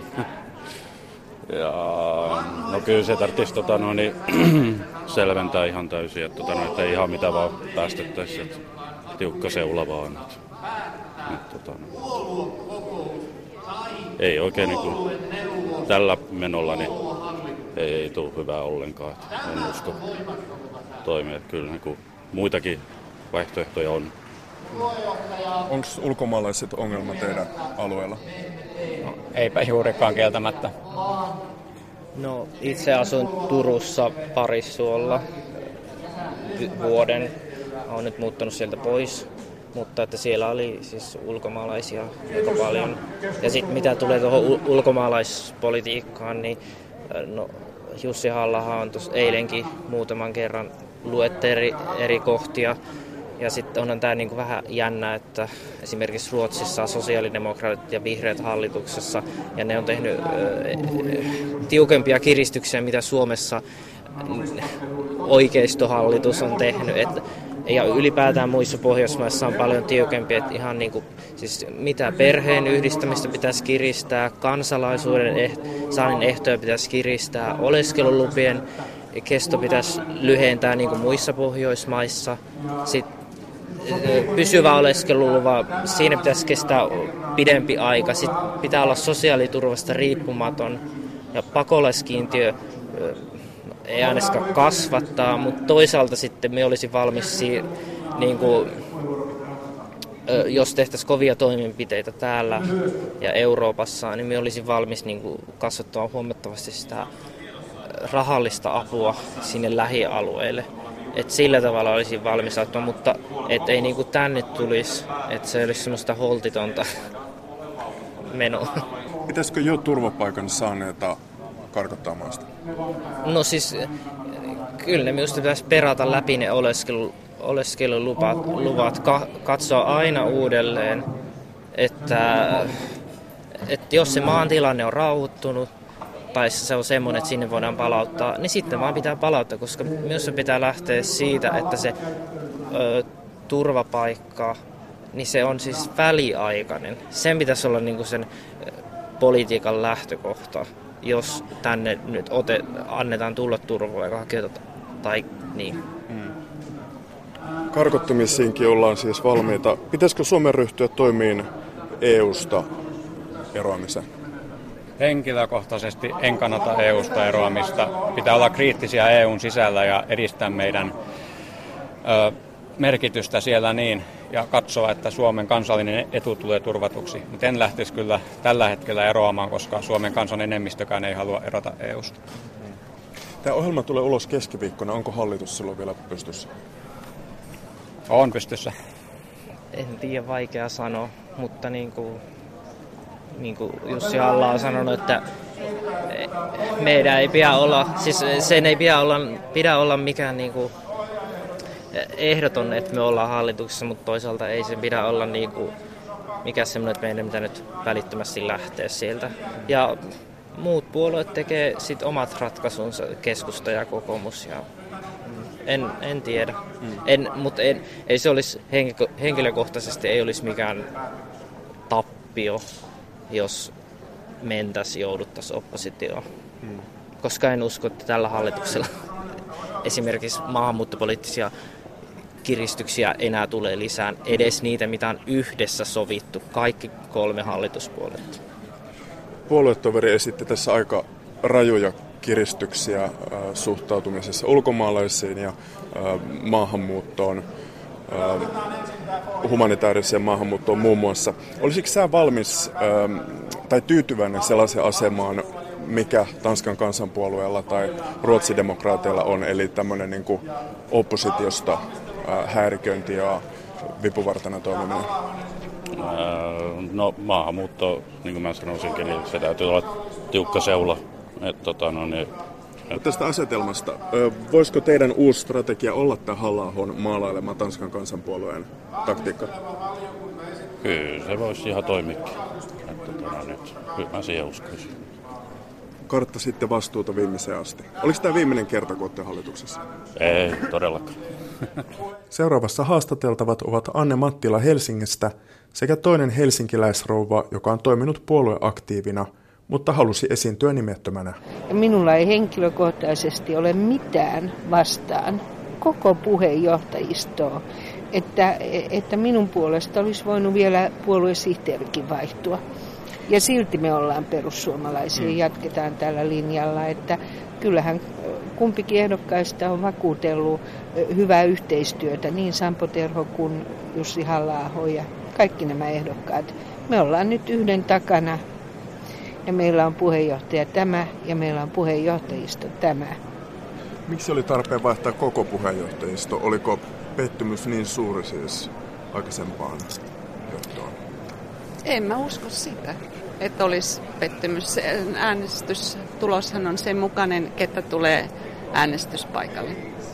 Speaker 15: Ja, no kyllä se tarvitsisi tota, no, niin, selventää ihan täysin, että, tota, no, että ei ihan mitä vaan päästettäisiin, että tiukka seula vaan. Että, että, tota, no, ei oikein niin kuin, tällä menolla niin ei, ei tule hyvää ollenkaan, että en usko toimia. Kyllä niin kuin, muitakin vaihtoehtoja on.
Speaker 1: Onko ulkomaalaiset ongelma teidän alueella?
Speaker 16: No, eipä juurikaan kieltämättä.
Speaker 14: No itse asun Turussa Parissuolla vuoden. Olen nyt muuttanut sieltä pois, mutta että siellä oli siis ulkomaalaisia aika paljon. Ja sitten mitä tulee tuohon ulkomaalaispolitiikkaan, niin no, Jussi Halla-aho on tuossa eilenkin muutaman kerran luette eri, eri kohtia. Ja sitten onhan tämä niinku vähän jännä, että esimerkiksi Ruotsissa on sosiaalidemokraatit ja vihreät hallituksessa, ja ne on tehnyt ö, tiukempia kiristyksiä, mitä Suomessa oikeistohallitus on tehnyt. Et, ja ylipäätään muissa Pohjoismaissa on paljon tiukempia, että ihan niinku, siis mitä perheen yhdistämistä pitäisi kiristää, kansalaisuuden eh, saannin ehtoja pitäisi kiristää, oleskelulupien kesto pitäisi lyhentää niin kuin muissa Pohjoismaissa. Sitten pysyvä oleskeluluva, siinä pitäisi kestää pidempi aika. Sitten pitää olla sosiaaliturvasta riippumaton ja pakolaiskiintiö ei ainakaan kasvattaa, mutta toisaalta sitten me olisi valmis, niin kuin, jos tehtäisiin kovia toimenpiteitä täällä ja Euroopassa, niin me olisi valmis niin kuin kasvattamaan huomattavasti sitä rahallista apua sinne lähialueille. Et sillä tavalla olisi valmis auttaa, mutta et ei niinku tänne tulisi, että se olisi semmoista holtitonta menoa.
Speaker 1: Pitäisikö jo turvapaikan saaneita karkottaa maasta?
Speaker 14: No siis kyllä ne minusta pitäisi perata läpi ne oleskelu, oleskeluluvat, luvat, ka, katsoa aina uudelleen, että, että jos se maan tilanne on rauhoittunut, tai se on semmoinen, että sinne voidaan palauttaa, niin sitten vaan pitää palauttaa, koska myös pitää lähteä siitä, että se ö, turvapaikka, niin se on siis väliaikainen. Sen pitäisi olla niinku sen politiikan lähtökohta, jos tänne nyt ote, annetaan tulla turvapaikkahakijoita tai niin.
Speaker 1: Hmm. Karkottamisiinkin ollaan siis valmiita. Pitäisikö Suomen ryhtyä toimiin E U:sta eroamiseen?
Speaker 16: Henkilökohtaisesti en kannata E U:sta eroamista. Pitää olla kriittisiä E U:n sisällä ja edistää meidän ö, merkitystä siellä niin ja katsoa, että Suomen kansallinen etu tulee turvatuksi. Mutta en lähtisi kyllä tällä hetkellä eroamaan, koska Suomen kansan enemmistökään ei halua erota E U:sta.
Speaker 1: Tämä ohjelma tulee ulos keskiviikkona. Onko hallitus silloin vielä pystyssä?
Speaker 16: On pystyssä.
Speaker 14: En tiedä, vaikea sanoa, mutta niin kuin niin kuin Jussi Halla on sanonut, että meidän ei pidä olla, siis sen ei pidä olla, pidä olla mikään niin kuin ehdoton, että me ollaan hallituksessa, mutta toisaalta ei se pidä olla niin kuin mikä semmoinen, että meidän pitää nyt välittömästi lähteä sieltä. Ja muut puolueet tekee sit omat ratkaisunsa, keskusta ja kokoomus. Ja en, en tiedä, mm. en, mutta en, ei se olisi henkilökohtaisesti ei olisi mikään tappio, jos mentäisiin, jouduttaisiin oppositioon. Hmm. Koska en usko, että tällä hallituksella esimerkiksi maahanmuuttopoliittisia kiristyksiä enää tulee lisää, edes niitä, mitä on yhdessä sovittu, kaikki kolme hallituspuoluetta.
Speaker 1: Puoluetoveri esitti tässä aika rajuja kiristyksiä äh, suhtautumisessa ulkomaalaisiin ja äh, maahanmuuttoon, äh, humanitaariseen maahanmuuttoon muun muassa. Olisitko sä valmis äh, tai tyytyväinen sellaiseen asemaan, mikä Tanskan kansanpuolueella tai ruotsidemokraateilla on, eli tämmöinen niin kuin oppositiosta äh, häiriköinti ja vipuvartena toimiminen?
Speaker 15: No maahanmuutto, niin kuin mä sanoisinkin, niin se täytyy olla tiukka seula. Et, tota, no, niin, et...
Speaker 1: Tästä asetelmasta, voisiko teidän uusi strategia olla tämä Halla-ahon maalailema Tanskan kansanpuolueen taktiikka?
Speaker 15: Kyllä se voisi ihan toimikin. Et, tota, no, nyt, kyllä mä siihen uskoisin.
Speaker 1: Kartta sitten vastuuta viimeiseen asti. Oliko tämä viimeinen kerta, kun olette hallituksessa?
Speaker 15: Ei, todellakaan.
Speaker 1: Seuraavassa haastateltavat ovat Anne Mattila Helsingistä sekä toinen helsinkiläisrouva, joka on toiminut puolueaktiivina, mutta halusi esiintyä nimettömänä.
Speaker 3: Minulla ei henkilökohtaisesti ole mitään vastaan koko puheenjohtajistoa, että, että minun puolesta olisi voinut vielä puoluesihteerikin vaihtua. Ja silti me ollaan perussuomalaisia ja jatketaan tällä linjalla, että kyllähän kumpikin ehdokkaista on vakuutellut hyvää yhteistyötä, niin Sampo Terho kuin Jussi Halla-aho ja kaikki nämä ehdokkaat. Me ollaan nyt yhden takana ja meillä on puheenjohtaja tämä ja meillä on puheenjohtajisto tämä.
Speaker 1: Miksi oli tarpeen vaihtaa koko puheenjohtajisto? Oliko pettymys niin suuri siis aikaisempaan johtoon?
Speaker 2: En mä usko sitä, että olisi pettymys. Äänestystuloshan on sen mukainen, ketä tulee äänestyspaikalle.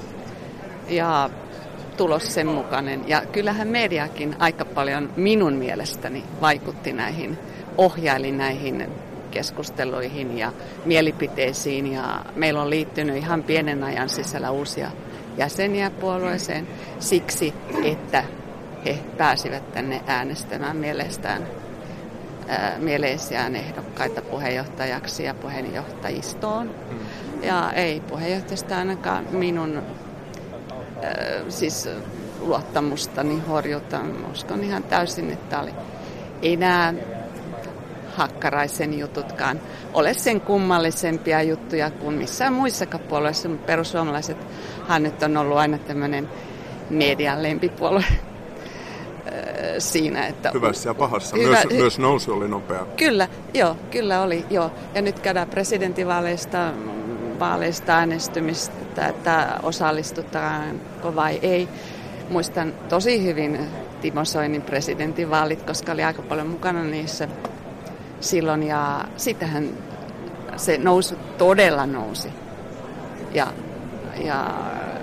Speaker 2: Ja tulos sen mukainen. Ja kyllähän mediakin aika paljon minun mielestäni vaikutti näihin, ohjaili näihin keskusteluihin ja mielipiteisiin. Ja meillä on liittynyt ihan pienen ajan sisällä uusia jäseniä puolueeseen siksi, että he pääsivät tänne äänestämään mielestään ää, mieleisiään ehdokkaita puheenjohtajaksi ja puheenjohtajistoon. Mm. Ja ei puheenjohtajasta ainakaan minun ää, siis luottamustani horjuta. Uskon ihan täysin, että oli, ei nämä Hakkaraisen jututkaan ole sen kummallisempia juttuja kuin missään muissakaan puolueissa. Perussuomalaisethan nyt on ollut aina tämmöinen median lempipuolue. Siinä, että
Speaker 1: hyvässä ja pahassa.
Speaker 2: Hyvä,
Speaker 1: myös,
Speaker 2: hy-
Speaker 1: myös nousu oli nopea.
Speaker 2: Kyllä, joo, kyllä oli, joo. Ja nyt käydään presidentinvaaleista vaaleista äänestymistä, että osallistutaanko vai ei. Muistan tosi hyvin Timo Soinin presidentinvaalit, koska oli aika paljon mukana niissä silloin. Ja sitähän se nousu todella nousi. Ja, ja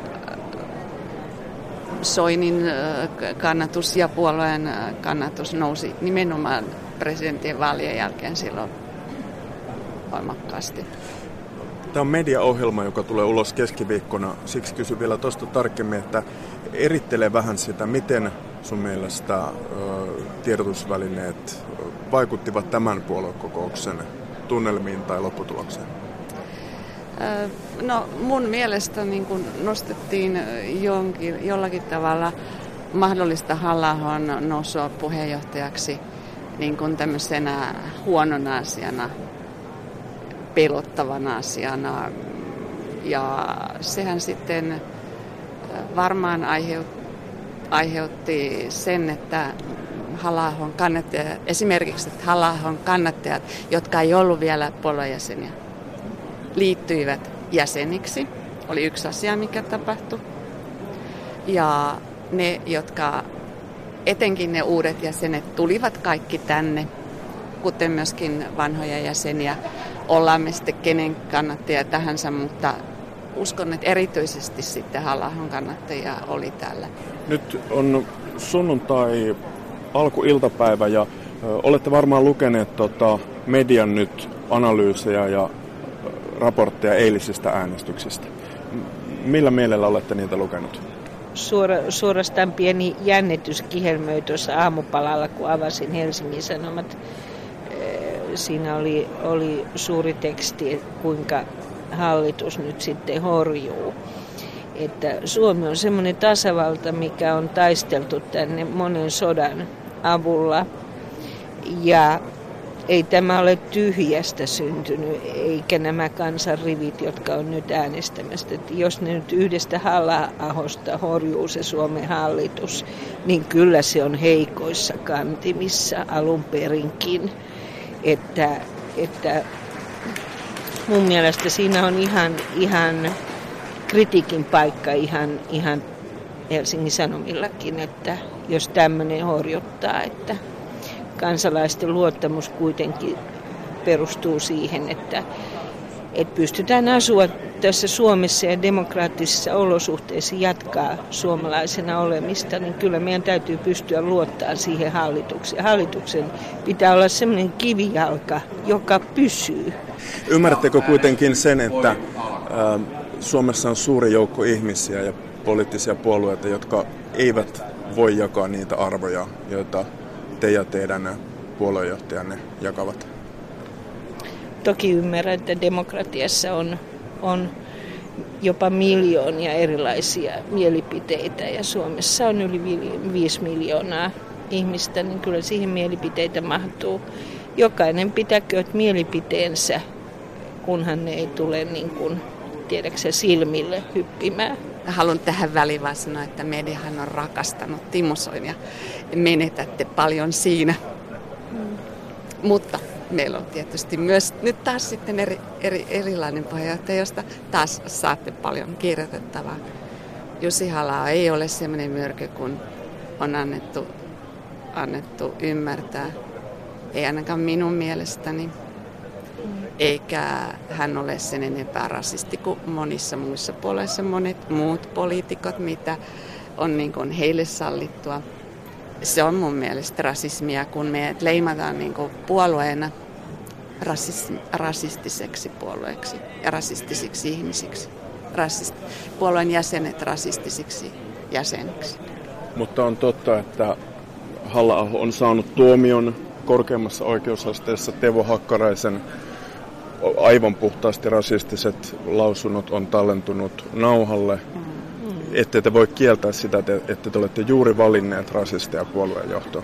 Speaker 2: Soinin kannatus ja puolueen kannatus nousi nimenomaan presidentinvaalien jälkeen silloin voimakkaasti.
Speaker 1: Tämä on mediaohjelma, joka tulee ulos keskiviikkona. Siksi kysyn vielä tuosta tarkemmin, että erittelee vähän sitä, miten sun mielestä ö, tiedotusvälineet vaikuttivat tämän puoluekokouksen tunnelmiin tai lopputulokseen?
Speaker 2: No mun mielestä niin kun nostettiin jonkin, jollakin tavalla mahdollista Halla-ahon nousua puheenjohtajaksi niin kun tämmöisenä huonona asiana, pelottavana asiana. Ja sehän sitten varmaan aiheutti sen, että Halla-ahon kannattajat, esimerkiksi että Halla-ahon kannattajat, jotka ei ollut vielä puoluejäseniä, liittyivät jäseniksi. Oli yksi asia, mikä tapahtui. Ja ne, jotka, etenkin ne uudet jäsenet, tulivat kaikki tänne, kuten myöskin vanhoja jäseniä. Ollaan me sitten kenen kannattajia tahansa, mutta uskon, että erityisesti sitten Halla-ahon kannattajia oli täällä.
Speaker 1: Nyt on sunnuntai alkuiltapäivä ja ö, olette varmaan lukeneet tota, median nyt analyysejä ja raportteja eilisistä äänestyksistä. Millä mielellä olette niitä lukenut?
Speaker 3: Suora, suorastaan pieni jännitys kihelmöi tuossa aamupalalla, kun avasin Helsingin Sanomat. Siinä oli, oli suuri teksti, kuinka hallitus nyt sitten horjuu. että Suomi on semmoinen tasavalta, mikä on taisteltu tänne monen sodan avulla. Ja ei tämä ole tyhjästä syntynyt, eikä nämä kansanrivit, jotka on nyt äänestämästä. Että jos ne nyt yhdestä Halla-ahosta horjuu se Suomen hallitus, niin kyllä se on heikoissa kantimissa alun perinkin. Että, että mun mielestä siinä on ihan, ihan kritiikin paikka ihan, ihan Helsingin Sanomillakin, että jos tämmöinen horjuttaa, että kansalaisten luottamus kuitenkin perustuu siihen, että, että pystytään asua tässä Suomessa ja demokraattisissa olosuhteissa jatkaa suomalaisena olemista, niin kyllä meidän täytyy pystyä luottamaan siihen hallitukseen. Hallituksen pitää olla sellainen kivijalka, joka pysyy.
Speaker 1: Ymmärrättekö kuitenkin sen, että ä, Suomessa on suuri joukko ihmisiä ja poliittisia puolueita, jotka eivät voi jakaa niitä arvoja, joita te ja teidän puoluejohtajanne jakavat?
Speaker 3: Toki ymmärrän, että demokratiassa on, on jopa miljoonia erilaisia mielipiteitä ja Suomessa on yli viisi miljoonaa ihmistä, niin kyllä siihen mielipiteitä mahtuu. Jokainen pitäköön mielipiteensä, kunhan ne ei tule niin kuin, tiedäksä, silmille hyppimään.
Speaker 2: Haluan tähän väliin vaan sanoa, että mediahan on rakastanut Timo Soinia. Menetätte paljon siinä. Mm. Mutta meillä on tietysti myös nyt taas sitten eri, eri, erilainen puheenjohtaja, josta taas saatte paljon kirjoitettavaa. Jussi Halla-aho ei ole sellainen mörkö, kun on annettu, annettu ymmärtää. Ei ainakaan minun mielestäni. Eikä hän ole sen enempää rasisti kuin monissa muissa puolueissa monet muut poliitikot, mitä on niin kuin heille sallittua. Se on mun mielestä rasismia, kun me leimataan niin kuin puolueena rasis, rasistiseksi puolueeksi ja rasistisiksi ihmisiksi. Rasist, puolueen jäsenet rasistisiksi jäseniksi.
Speaker 1: Mutta on totta, että Halla-aho on saanut tuomion korkeimmassa oikeusasteessa. Teuvo Hakkaraisen aivan puhtaasti rasistiset lausunnot on tallentunut nauhalle. Mm. Ette te voi kieltää sitä, että te olette juuri valinneet rasisteja puolueenjohtoon.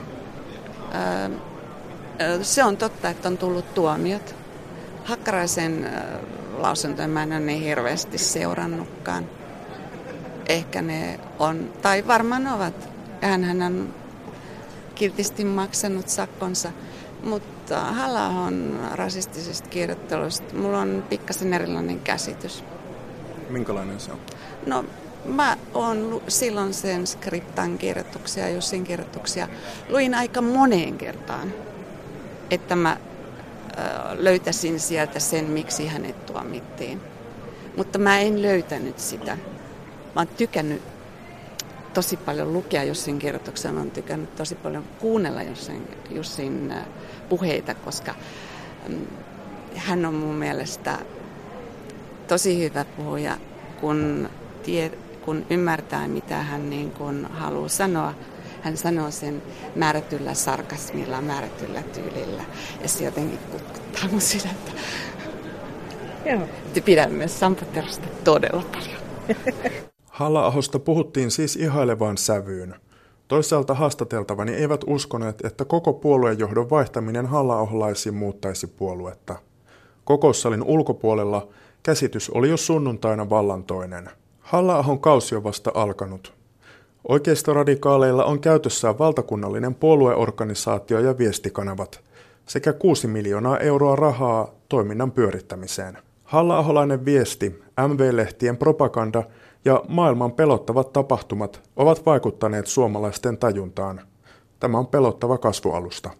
Speaker 2: Öö, se on totta, että on tullut tuomiot. Hakkaraisen lausuntoja mä en ole niin hirveästi seurannutkaan. Ehkä ne on, tai varmaan ovat. Hänhän on kiltisti maksanut sakkonsa. Mutta Halla-ahon rasistisesta kirjoittelusta mulla on pikkasen erilainen käsitys.
Speaker 1: Minkälainen se on?
Speaker 2: No mä oon silloin sen skriptan kirjoituksia, Jussin kirjoituksia, luin aika moneen kertaan, että mä löytäisin sieltä sen, miksi hänet tuomittiin. Mutta mä en löytänyt sitä. Mä oon tykännyt tosi paljon lukea Jussin kirjoituksia, mä oon tykännyt tosi paljon kuunnella Jussin, Jussin puheita, koska hän on mun mielestä tosi hyvä puhuja, kun, tie, kun ymmärtää, mitä hän niin kuin haluaa sanoa. Hän sanoo sen määrätyllä sarkasmilla, määrätyllä tyylillä, ja se jotenkin kutkuttaa mun sydäntä. Joo. Pidän myös Sampo Terhosta todella paljon.
Speaker 1: Halla-ahosta puhuttiin siis ihailevaan sävyyn. Toisaalta haastateltavani eivät uskoneet, että koko puoluejohdon vaihtaminen halla-aholaisiin muuttaisi puoluetta. Kokoussalin ulkopuolella käsitys oli jo sunnuntaina vallantoinen. Halla-ahon kausi on vasta alkanut. Oikeistoradikaaleilla on käytössään valtakunnallinen puolueorganisaatio ja viestikanavat sekä kuusi miljoonaa euroa rahaa toiminnan pyörittämiseen. Halla-aholainen viesti, M V-lehtien propaganda ja maailman pelottavat tapahtumat ovat vaikuttaneet suomalaisten tajuntaan. Tämä on pelottava kasvualusta.